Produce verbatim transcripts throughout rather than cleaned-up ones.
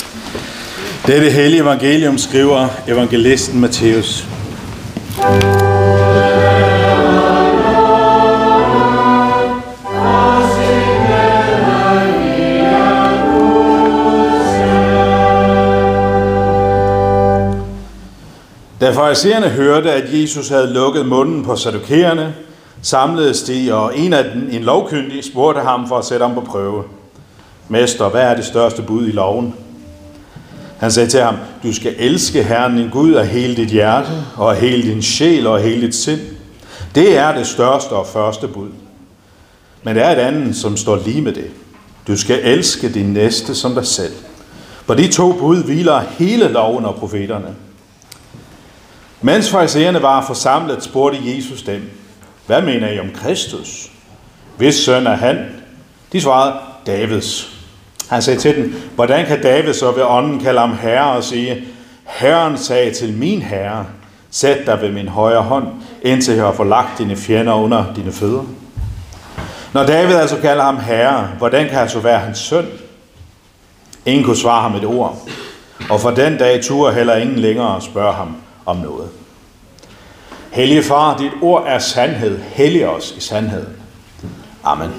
Dette hellige evangelium skriver evangelisten Matthæus. Da farisæerne hørte, at Jesus havde lukket munden på saddukæerne, samledes de, og en af dem, en lovkyndig, spurgte ham for at sætte ham på prøve. Mester, hvad er det største bud i loven? Han sagde til ham, du skal elske Herren din Gud af hele dit hjerte, og af hele din sjæl og af hele dit sind. Det er det største og første bud. Men der er et andet, som står lige med det. Du skal elske din næste som dig selv. For de to bud hviler hele loven og profeterne. Mens farisæerne var forsamlet, spurgte Jesus dem, hvad mener I om Kristus? Hvis søn er han? De svarede, Davids. Han sagde til dem, hvordan kan David så ved ånden kalde ham herre og sige, Herren sagde til min herre, sæt dig ved min højre hånd, indtil jeg har forlagt dine fjender under dine fødder. Når David altså kalder ham herre, hvordan kan han så være hans søn? Ingen kunne svare ham et ord, og fra den dag turde heller ingen længere spørge ham om noget. Hellige far, dit ord er sandhed. Hellig os i sandheden. Amen.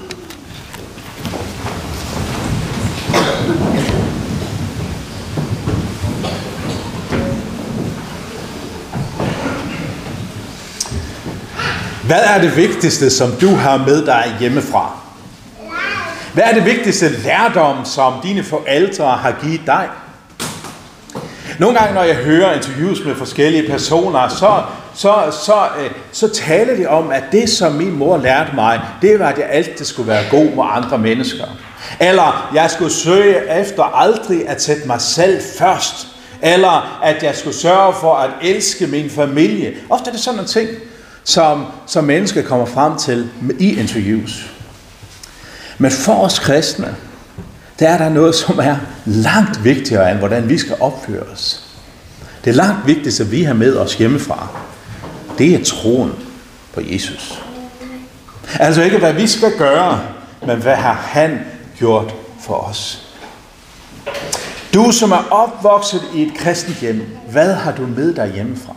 Hvad er det vigtigste, som du har med dig hjemmefra? Hvad er det vigtigste lærdom, som dine forældre har givet dig? Nogle gange, når jeg hører interviews med forskellige personer, så, så, så, øh, så taler de om, at det, som min mor lærte mig, det var, at jeg altid skulle være god med andre mennesker. Eller jeg skulle søge efter aldrig at sætte mig selv først. Eller at jeg skulle sørge for at elske min familie. Ofte er det sådan nogle ting, som, som mennesker kommer frem til i interviews. Men for os kristne, der er der noget, som er langt vigtigere end, hvordan vi skal opføre os. Det er langt vigtigste, at vi har med os hjemmefra. Det er troen på Jesus. Altså ikke, hvad vi skal gøre, men hvad har han gjort for os. Du, som er opvokset i et kristent hjem, hvad har du med dig hjemmefra?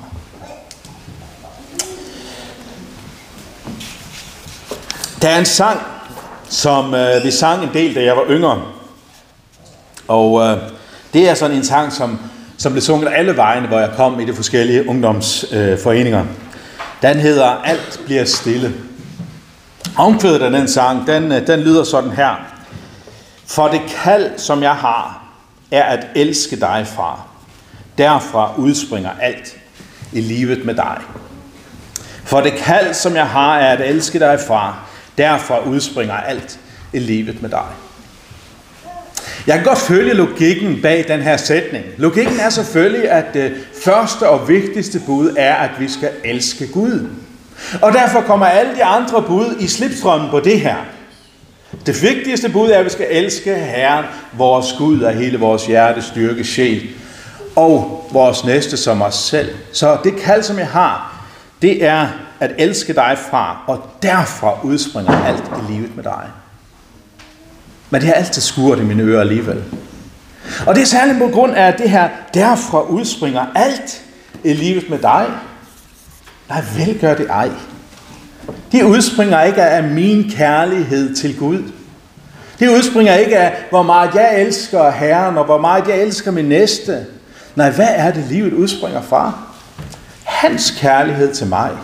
Der er en sang, som øh, vi sang en del, da jeg var yngre. Og øh, det er sådan en sang, som, som blev sunget alle vejene, hvor jeg kom i de forskellige ungdomsforeninger. Øh, den hedder Alt bliver stille. Omkvædet af den sang, den, den lyder sådan her. For det kald, som jeg har, er at elske dig fra. Derfra udspringer alt i livet med dig. For det kald, som jeg har, er at elske dig fra. Derfra udspringer alt i livet med dig. Jeg kan godt følge logikken bag den her sætning. Logikken er selvfølgelig, at det første og vigtigste bud er, at vi skal elske Gud. Og derfor kommer alle de andre bud i slipstrømmen på det her. Det vigtigste bud er, at vi skal elske Herren, vores Gud af hele vores hjerte, styrke, sjæl og vores næste som os selv. Så det kald, som jeg har, det er at elske dig fra, og derfra udspringer alt i livet med dig. Men det har altid skuret i mine ører alligevel. Og det er særligt på grund af, at det her, derfra udspringer alt i livet med dig. Nej, vel gør det ej. Det udspringer ikke af min kærlighed til Gud. Det udspringer ikke af, hvor meget jeg elsker Herren, og hvor meget jeg elsker min næste. Nej, hvad er det, livet udspringer fra? Hans kærlighed til mig.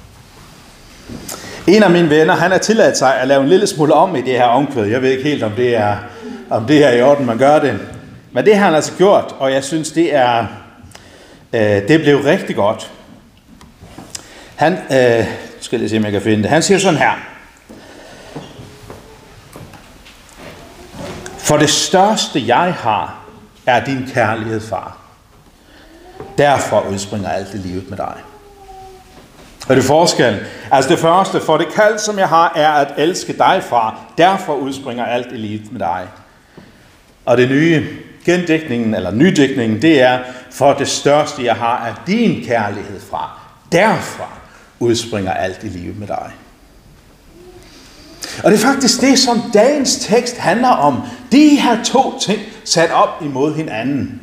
En af mine venner, han har tilladt sig at lave en lille smule om i det her omkvæd. Jeg ved ikke helt, om det er, om det er i orden, man gør det. Men det har han altså gjort, og jeg synes, det er, øh, det blev rigtig godt. Han, øh, skal jeg se, om jeg kan finde det. Han siger sådan her. For det største, jeg har, er din kærlighed, far. Derfor udspringer alt i livet med dig. Og det er forskellen. Altså det første, for det kald, som jeg har, er at elske dig, far. Derfor udspringer alt i livet med dig. Og det nye, gendækningen, eller nydækningen, det er, for det største, jeg har, er din kærlighed, fra. Derfra udspringer alt i livet med dig. Og det er faktisk det, som dagens tekst handler om. De her to ting sat op imod hinanden.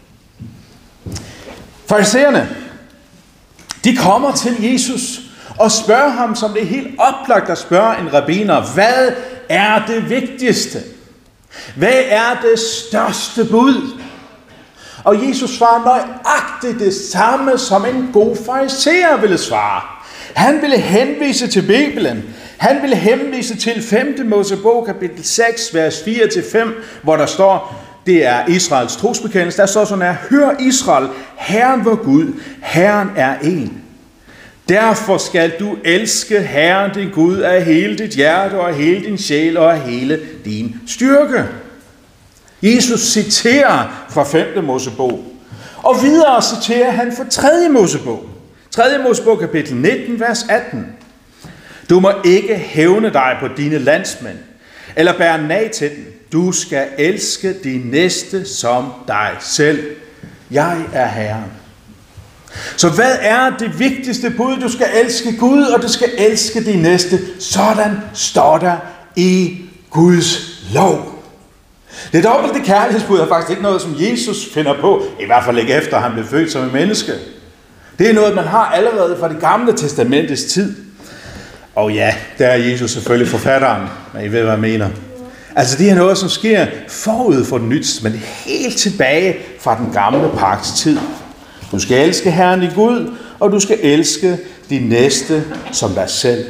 Farisæerne, de kommer til Jesus og spørger ham, som det er helt oplagt at spørge en rabbiner, hvad er det vigtigste? Hvad er det største bud? Og Jesus svarer nøjagtigt det samme, som en god farisæer ville svare. Han ville henvise til Bibelen. Han ville henvise til femte Mosebog, kapitel seks, vers fire til fem, hvor der står, det er Israels trosbekendelse. Der står sådan her: Hør Israel, Herren vor Gud, Herren er en. Derfor skal du elske Herren din Gud af hele dit hjerte og af hele din sjæl og af hele din styrke. Jesus citerer fra femte Mosebog, og videre citerer han fra tredje Mosebog. tredje Mosebog, kapitel nitten, vers atten. Du må ikke hævne dig på dine landsmænd, eller bære nag til dem. Du skal elske din næste som dig selv. Jeg er Herren. Så hvad er det vigtigste bud? Du skal elske Gud, og du skal elske din næste. Sådan står der i Guds lov. Det dobbelte kærlighedsbud er faktisk ikke noget, som Jesus finder på, i hvert fald ikke efter, at han blev født som et menneske. Det er noget, man har allerede fra det gamle testamentets tid. Og ja, der er Jesus selvfølgelig forfatteren, men I ved, hvad jeg mener. Altså det er noget, som sker forud for det nyt, men helt tilbage fra den gamle pagts tid. Du skal elske Herren din Gud, og du skal elske din næste som dig selv.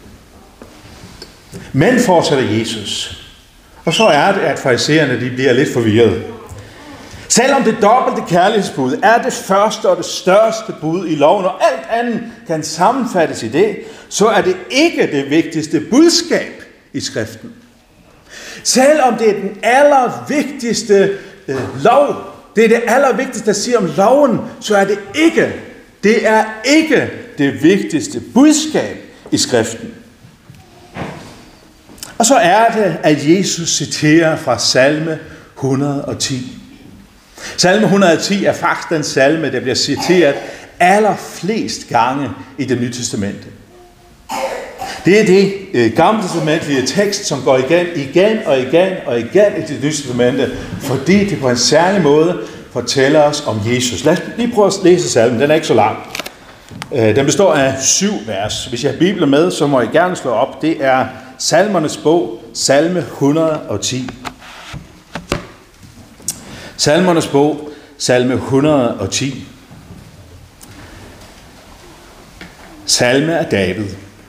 Men fortsætter Jesus. Og så er det, at farisæerne de bliver lidt forvirrede. Selvom det dobbelte kærlighedsbud er det første og det største bud i loven, og alt andet kan sammenfattes i det, så er det ikke det vigtigste budskab i skriften. Selvom det er den allervigtigste øh, lov, det er det allervigtigste at sige om loven, så er det ikke, det er ikke det vigtigste budskab i skriften. Og så er det, at Jesus citerer fra salme et hundrede og ti. Salme et hundrede og ti er faktisk den salme, der bliver citeret allerflest gange i Det Nye Testamente. Det er det øh, gamle testamentlige tekst, som går igen, igen og igen og igen i Det Nye Testamente, fordi det på en særlig måde fortæller os om Jesus. Lad os lige prøve at læse salmen, den er ikke så lang. Øh, den består af syv vers. Hvis jeg har Bibelen med, så må I gerne slå op. Det er Salmernes bog, salme et hundrede og ti. Salmernes bog, salme et hundrede og ti. Salme af David.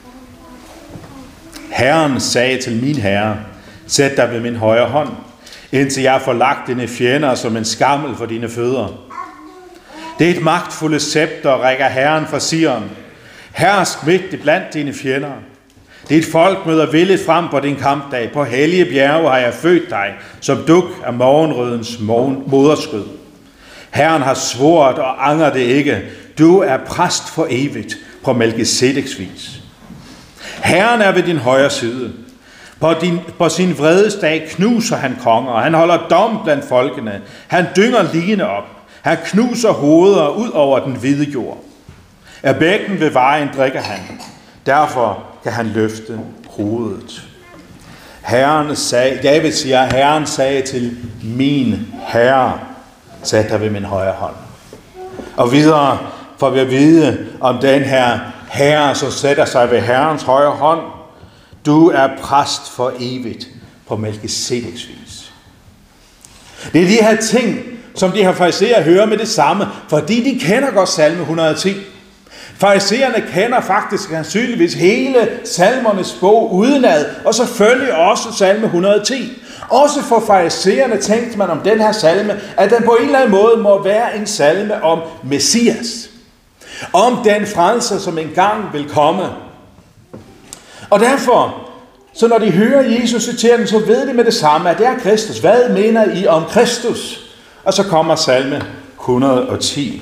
Herren sagde til min herre, sæt dig ved min højre hånd, indtil jeg får lagt dine fjender som en skammel for dine fødder. Det er et magtfulde scepter, rækker Herren fra Sion. Hersk midt blandt dine fjender. Dit folk møder villigt frem på din kampdag. På hellige bjerge har jeg født dig, som duk af morgenrødens moderskød. Herren har svoret og angrer det ikke. Du er præst for evigt på Melkisedeks vis. Herren er ved din højre side. På, din, på sin vredesdag knuser han konger, og han holder dom blandt folkene. Han dynger ligene op. Han knuser hoveder ud over den hvide jord. Af bækken ved vejen drikker han. Derfor kan han løfte hovedet. Herren sagde, David siger, Herren sagde til min herre, sæt dig ved min højre hånd. Og videre får vi at vide om den her herre, som sætter sig ved Herrens højre hånd. Du er præst for evigt på Melkisedeks vis. Det er de her ting, som de her farisæere hører med det samme, fordi de kender godt salme et hundrede og ti. Farisæerne kender faktisk sandsynligvis hele salmernes bog udenad, og selvfølgelig også salme et hundrede og ti. Også for farisæerne tænkte man om den her salme, at den på en eller anden måde må være en salme om Messias. Om den frelser, som engang vil komme. Og derfor, så når de hører Jesus citere den, så ved de med det samme, at det er Kristus. Hvad mener I om Kristus? Og så kommer salme et hundrede og ti.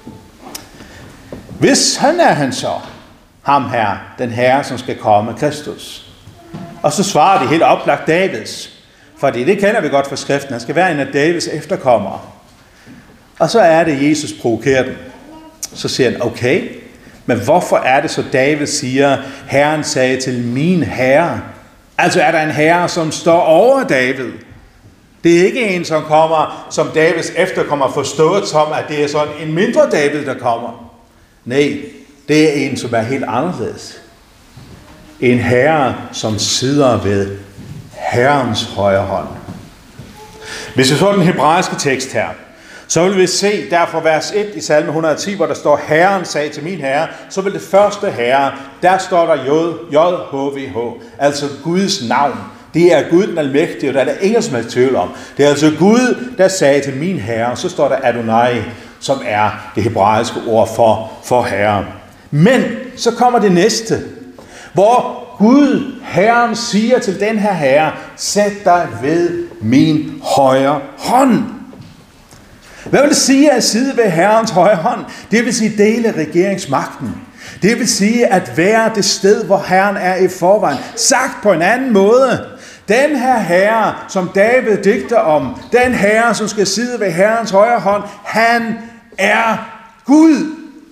Hvis han er han så, ham her, den herre, som skal komme, Kristus. Og så svarer de helt oplagt Davids. Fordi det kender vi godt fra skriften. Han skal være en af Davids efterkommere. Og så er det, Jesus provokerer dem. Så siger han, okay, men hvorfor er det så, David siger, Herren sagde til min herre? Altså er der en herre, som står over David? Det Det er ikke en, som kommer, som Davids efterkommer, forstået som, at det er sådan en mindre David, der kommer. Nej, det er en, som er helt anderledes. En herre, som sidder ved Herrens højre hånd. Hvis vi så den hebraiske tekst her, så vil vi se derfor vers et i salme et hundrede og ti, hvor der står, Herren sagde til min herre, så vil det første herre, der står der J H V H, altså Guds navn. Det er Gud den almægtige, og der er der ingen som helst tvivl om. Det er altså Gud, der sagde til min herre, så står der Adonai, som er det hebraiske ord for, for herre. Men så kommer det næste, hvor Gud, Herren, siger til den her herre, sæt dig ved min højre hånd. Hvad vil det sige at sidde ved Herrens højre hånd? Det vil sige dele regeringsmagten. Det vil sige at være det sted, hvor Herren er i forvejen. Sagt på en anden måde. Den her herre, som David digter om, den herre, som skal sidde ved Herrens højre hånd, han er Gud.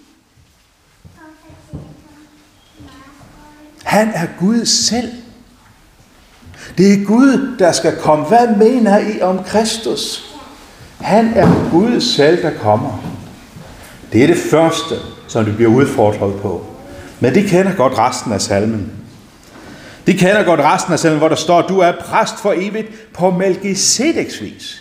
Han er Gud selv. Det er Gud, der skal komme. Hvad mener I om Kristus? Han er Gud selv, der kommer. Det er det første, som det bliver udfordret på. Men de kender godt resten af salmen. De kender godt resten af salmen, hvor der står, du er præst for evigt på Melkisedeks vis.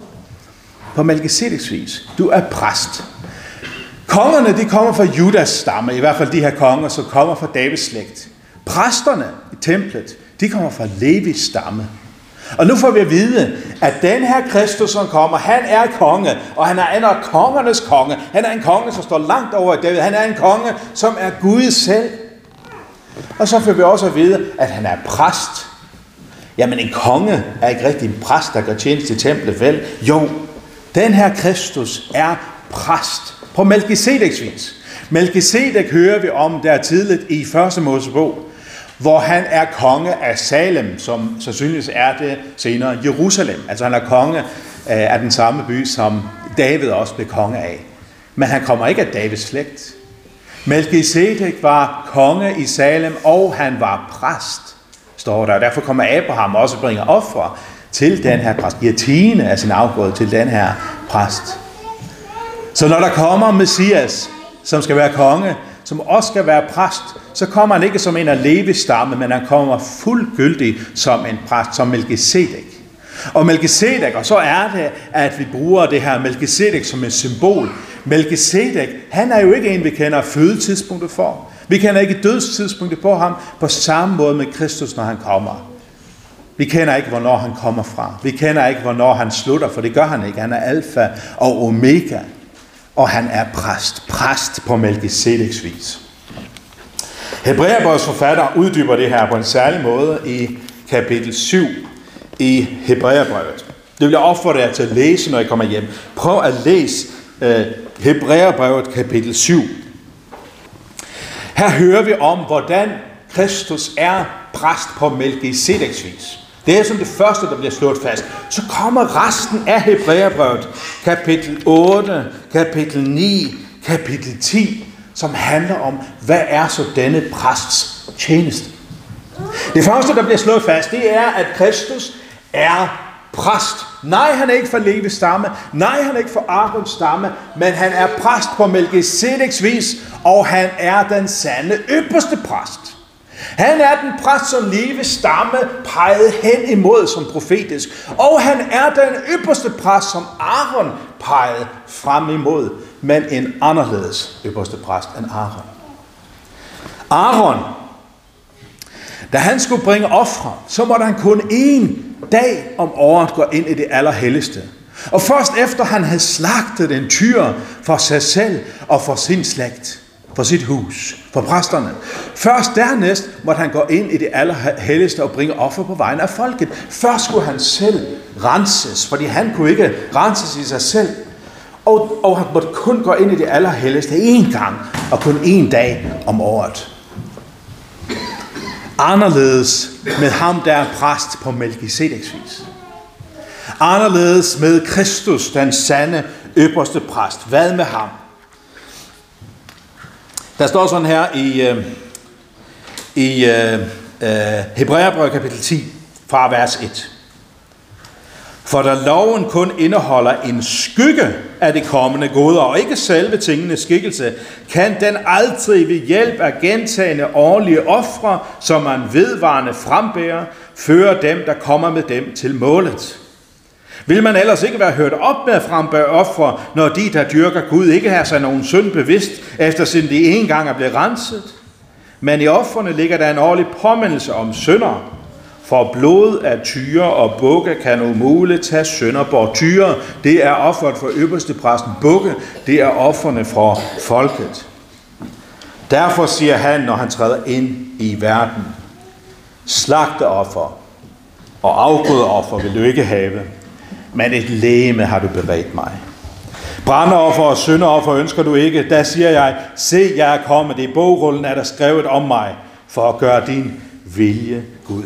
På Melkisedeks vis. Du er præst. Kongerne, de kommer fra Judas stamme, i hvert fald de her konger, som kommer fra Davids slægt. Præsterne i templet, de kommer fra Levis stamme. Og nu får vi at vide, at den her Kristus, som kommer, han er konge, og han er en af kongernes konge. Han er en konge, som står langt over David. Han er en konge, som er Gud selv. Og så får vi også at vide, at han er præst. Jamen en konge er ikke rigtig en præst, der gør tjeneste i templet, vel? Jo, den her Kristus er præst på Melkisedeks vis. Melkisedek hører vi om der tidligt i første Mosebog, hvor han er konge af Salem, som sandsynligvis er det senere Jerusalem. Altså han er konge af den samme by, som David også blev konge af. Men han kommer ikke af Davids slægt. Melkisedek var konge i Salem, og han var præst, står der. Og derfor kommer Abraham også og bringer ofre til den her præst. Giver tiende af sin afgrøde til den her præst. Så når der kommer Messias, som skal være konge, som også skal være præst, så kommer han ikke som en af Levis stamme, men han kommer fuldgyldig som en præst, som Melkisedek. Og Melkisedek, og så er det, at vi bruger det her Melkisedek som et symbol. Melkisedek, han er jo ikke en, vi kender fødetidspunktet for. Vi kender ikke dødstidspunktet på ham på samme måde med Kristus, når han kommer. Vi kender ikke, hvornår han kommer fra. Vi kender ikke, hvornår han slutter, for det gør han ikke. Han er alfa og omega. Og han er præst. Præst på Melkisedeks vis. Hebræerbrevets forfatter uddyber det her på en særlig måde i kapitel syv i Hebræerbrevet. Det vil jeg opfordre jer til at læse, når I kommer hjem. Prøv at læse uh, Hebræerbrevet kapitel syv. Her hører vi om, hvordan Kristus er præst på Melkisedeks vis. Det er som det første, der bliver slået fast. Så kommer resten af Hebræerbrevet, kapitel otte, kapitel ni, kapitel ti, som handler om, hvad er så denne præsts tjeneste. Det første, der bliver slået fast, det er, at Kristus er præst. Nej, han er ikke fra Levis stamme. Nej, han er ikke fra Aarons stamme. Men han er præst på Melkisedeks vis, og han er den sande ypperste præst. Han er den præst, som Levis stamme pegede hen imod som profetisk. Og han er den ypperste præst, som Aaron pegede frem imod. Men en anderledes ypperste præst end Aaron. Aaron, da han skulle bringe ofre, så måtte han kun en dag om året gå ind i det allerhelligste. Og først efter han havde slagtet en tyr for sig selv og for sin slægt, for sit hus, for præsterne. Først dernæst måtte han gå ind i det allerhelligste og bringe offer på vegne af folket. Først skulle han selv renses, fordi han kunne ikke renses i sig selv. Og, og han måtte kun gå ind i det allerhelligste én gang, og kun én dag om året. Anderledes med ham, der er præst på Melkisedeks vis. Anderledes med Kristus, den sande ypperste præst. Hvad med ham? Der står sådan her i, øh, i øh, øh, Hebræerbrevet kapitel ti, fra vers et. For da loven kun indeholder en skygge af det kommende goder, og ikke selve tingenes skikkelse, kan den aldrig ved hjælp af gentagende årlige ofre, som man vedvarende frembærer, føre dem, der kommer med dem, til målet. Vil man ellers ikke være hørt op med at frembære ofre, når de, der dyrker Gud, ikke har sig nogen synd bevidst, eftersom de en gang er blevet renset? Men i ofrene ligger der en årlig påmindelse om synder. For blod af tyre og bukke kan umuligt tage synder bort. Tyre, det er offeret for øverste præsten. Bukke, det er offerne for folket. Derfor siger han, når han træder ind i verden: slagteoffer og afgrødeoffer vil du ikke have, men et legeme har du beredt mig. Brandoffer og syndeoffer ønsker du ikke. Der siger jeg: se, jeg er kommet. I bogrullen er der skrevet om mig, for at gøre din vilje, Gud.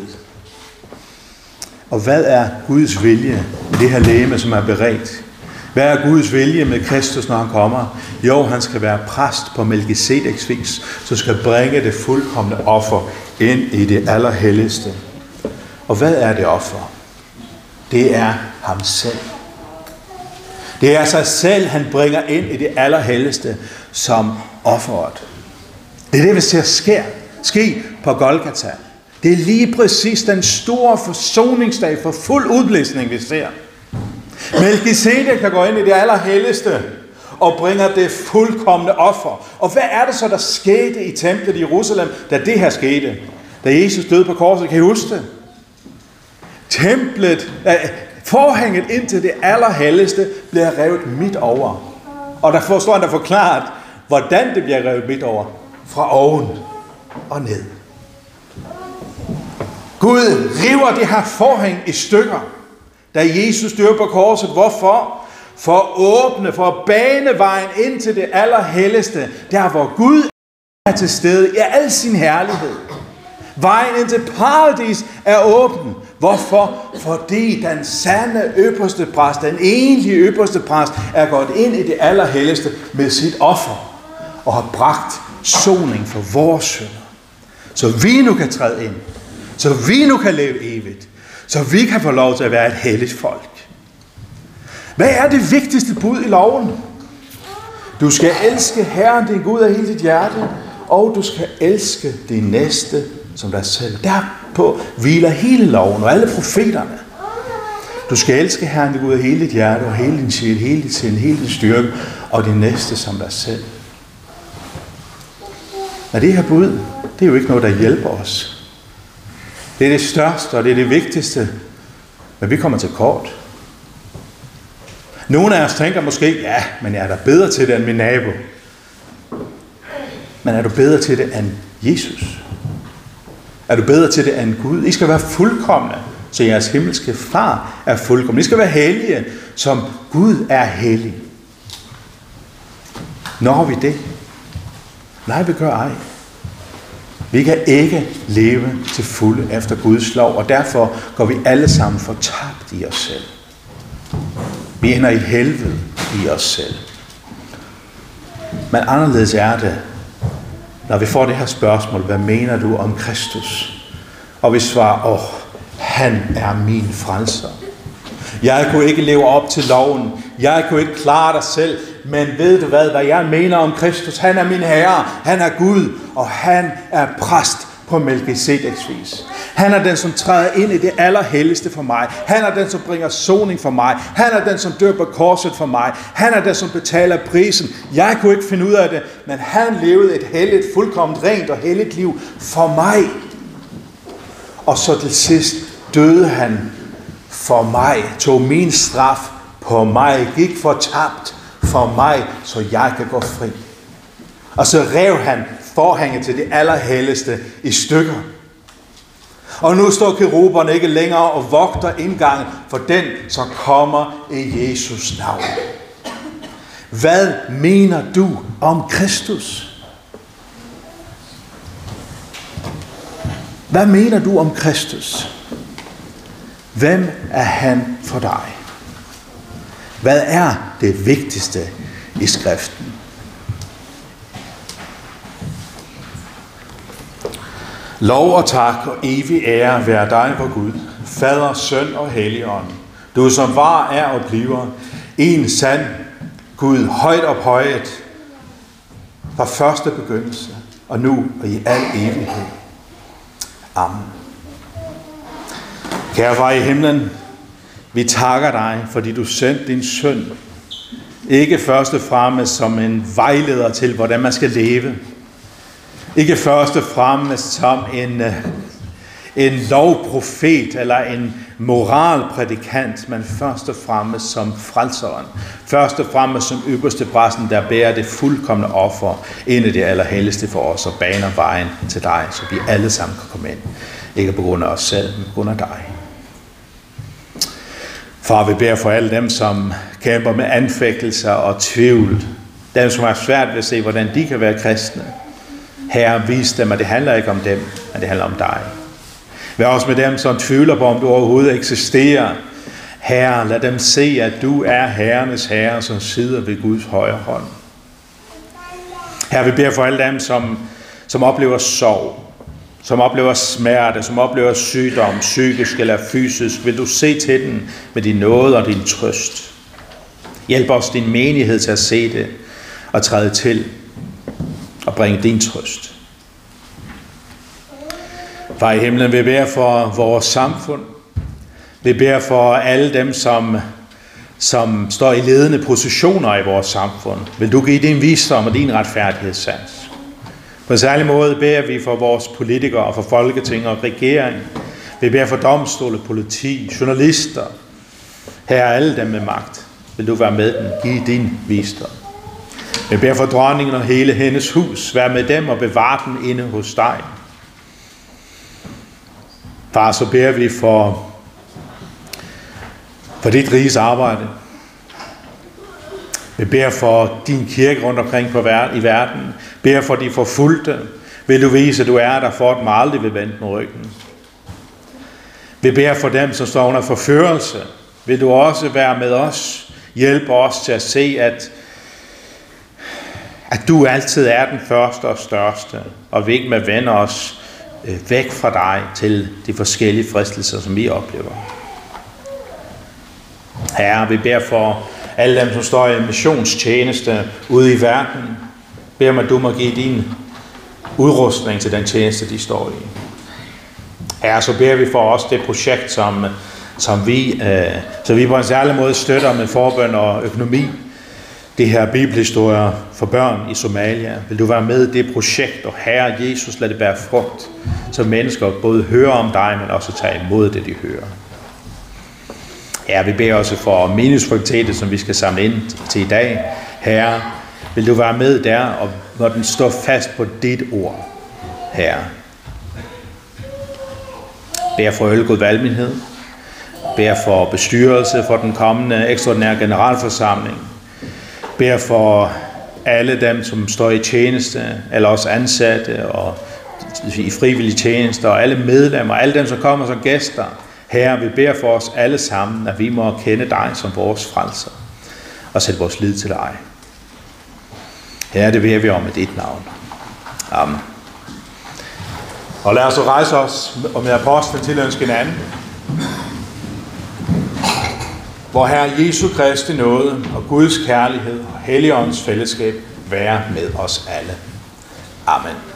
Og hvad er Guds vilje med det her legeme, som er beredt? Hvad er Guds vilje med Kristus, når han kommer? Jo, han skal være præst på Melkisedeks vis, så skal bringe det fuldkomne offer ind i det allerhelligste. Og hvad er det offer? Det er ham selv. Det er sig selv, han bringer ind i det allerhelligste som offeret. Det er det, vi ser ske, ske på Golgata. Det er lige præcis den store forsoningsdag for fuld udblæsning, vi ser. Melkisedek kan gå ind i det allerhelligste og bringer det fuldkomne offer. Og hvad er det så, der skete i templet i Jerusalem, da det her skete? Da Jesus døde på korset, kan I huske det? Templet, forhænget ind til det allerhelligste, bliver revet midt over. Og der forstår han der forklaret, hvordan det bliver revet midt over. Fra oven og ned. Gud river det her forhæng i stykker, da Jesus dør på korset. Hvorfor? For at åbne, for at bane vejen ind til det allerhelligste, der hvor Gud er til stede i al sin herlighed. Vejen ind til paradis er åben. Hvorfor? Fordi den sande ypperste præst, den egentlige ypperste præst, er gået ind i det allerhelligste med sit offer og har bragt soning for vores synder. Så vi nu kan træde ind. Så vi nu kan leve evigt. Så vi kan få lov til at være et helligt folk. Hvad er det vigtigste bud i loven? Du skal elske Herren din Gud af hele dit hjerte, og du skal elske din næste som dig selv. Derpå hviler hele loven og alle profeterne. Du skal elske Herren din Gud af hele dit hjerte og hele din sjæl, hele dit sind, hele din styrke, og din næste som dig selv. Men det her bud, det er jo ikke noget, der hjælper os. Det er det største, og det er det vigtigste. Men vi kommer til kort. Nogle af os tænker måske, ja, men jeg er da bedre til det end min nabo. Men er du bedre til det end Jesus? Er du bedre til det end Gud? I skal være fuldkomne, så jeres himmelske far er fuldkommen. I skal være hellige, som Gud er hellig. Når vi det? Nej, vi gør ej. Vi kan ikke leve til fulde efter Guds lov, og derfor går vi alle sammen fortabt i os selv. Vi ender i helvede i os selv. Men anderledes er det, når vi får det her spørgsmål: hvad mener du om Kristus? Og vi svarer: åh, han er min frelser. Jeg kunne ikke leve op til loven. Jeg kunne ikke klare dig selv. Men ved du hvad, hvad jeg mener om Kristus? Han er min Herre. Han er Gud. Og han er præst på Melkisedeks vis. Han er den, som træder ind i det allerhelligste for mig. Han er den, som bringer soning for mig. Han er den, som dør på korset for mig. Han er den, som betaler prisen. Jeg kunne ikke finde ud af det, men han levede et helligt, fuldkomment rent og helligt liv for mig. Og så til sidst døde han for mig, tog min straf på mig, gik fortabt for mig, så jeg kan gå fri. Og så rev han forhænget til det allerhelligste i stykker. Og nu står keruberne ikke længere og vogter indgangen for den, som kommer i Jesus navn. Hvad mener du om Kristus? Hvad mener du om Kristus? Hvem er han for dig? Hvad er det vigtigste i skriften? Lov og tak og evig ære være dig, vor Gud, Fader, Søn og Helligånd, Du som var, er og bliver en sand Gud, højt ophøjet, fra første begyndelse, og nu og i al evighed. Amen. Kære far i himlen, vi takker dig, fordi du sendte din søn, ikke først og fremmest som en vejleder til, hvordan man skal leve, ikke først og fremmest som en, en lovprofet eller en moralprædikant, men først og fremmest som frelseren. Først og fremmest som ypperste præsten, der bærer det fuldkomne offer ind i det allerhelligste for os og baner vejen til dig, så vi alle sammen kan komme ind. Ikke på grund af os selv, men på grund af dig. Far, vi beder for alle dem, som kæmper med anfægtelser og tvivl. Dem, som har svært ved at se, hvordan de kan være kristne. Herre, vis dem, at det handler ikke om dem, men det handler om dig. Vær også med dem, som tvivler på, om du overhovedet eksisterer. Herre, lad dem se, at du er herrenes herre, som sidder ved Guds højre hånd. Herre, vi beder for alle dem, som, som oplever sorg, som oplever smerte, som oplever sygdom, psykisk eller fysisk. Vil du se til den med din nåde og din trøst. Hjælp os, din menighed, til at se det og træde til og bringe din trøst. Far i himlen, vi beder for vores samfund. Vi beder for alle dem, som, som står i ledende positioner i vores samfund. Vil du give din visdom og din retfærdighedssans. På en særlig måde beder vi for vores politikere og for Folketing og regering. Vi beder for domstole, politi, journalister. Her er alle dem med magt. Vil du være med dem? Giv din visdom. Vi beder for dronningen og hele hendes hus. Vær med dem og bevare den inde hos dig. Far, så beder vi for, for dit riges arbejde. Vi beder for din kirke rundt omkring på ver- i verden. Vi beder for de forfulgte. Vil du vise, at du er der for, at man aldrig vil vende den ryggen. Vi beder for dem, som står under forførelse. Vil du også være med os. Hjælpe os til at se, at, at du altid er den første og største. Og vi ikke med vende os væk fra dig til de forskellige fristelser, som vi oplever. Herre, vi beder for alle dem, som står i missionstjeneste ude i verden. Beder om, at du må give din udrustning til den tjeneste, de står i. Herre, så beder vi for os det projekt, som, som vi, øh, så vi på en særlig måde støtter med forbøn og økonomi. Det her bibelhistorier for børn i Somalia. Vil du være med i det projekt, og Herre Jesus, lad det bære frugt, så mennesker både hører om dig, men også tager imod det, de hører. Herre, vi beder også for menighedsfakultetet, som vi skal samle ind til i dag. Herre, vil du være med der, og når den står fast på dit ord, Herre. Beder for Ølgod Valgmenighed. Beder for bestyrelse for den kommende ekstraordinære generalforsamling. Beder for alle dem, som står i tjeneste, eller også ansatte og i frivillige tjenester, og alle medlemmer, alle dem, som kommer som gæster. Herre, vi beder for os alle sammen, at vi må kende dig som vores frelser, og sætte vores lid til dig. Herre, det beder vi om i dit navn. Amen. Og lad os rejse os, og med apostlen tilønske hinanden. Hvor Herre Jesu Kristi nåde og Guds kærlighed og Helligåndens fællesskab være med os alle. Amen.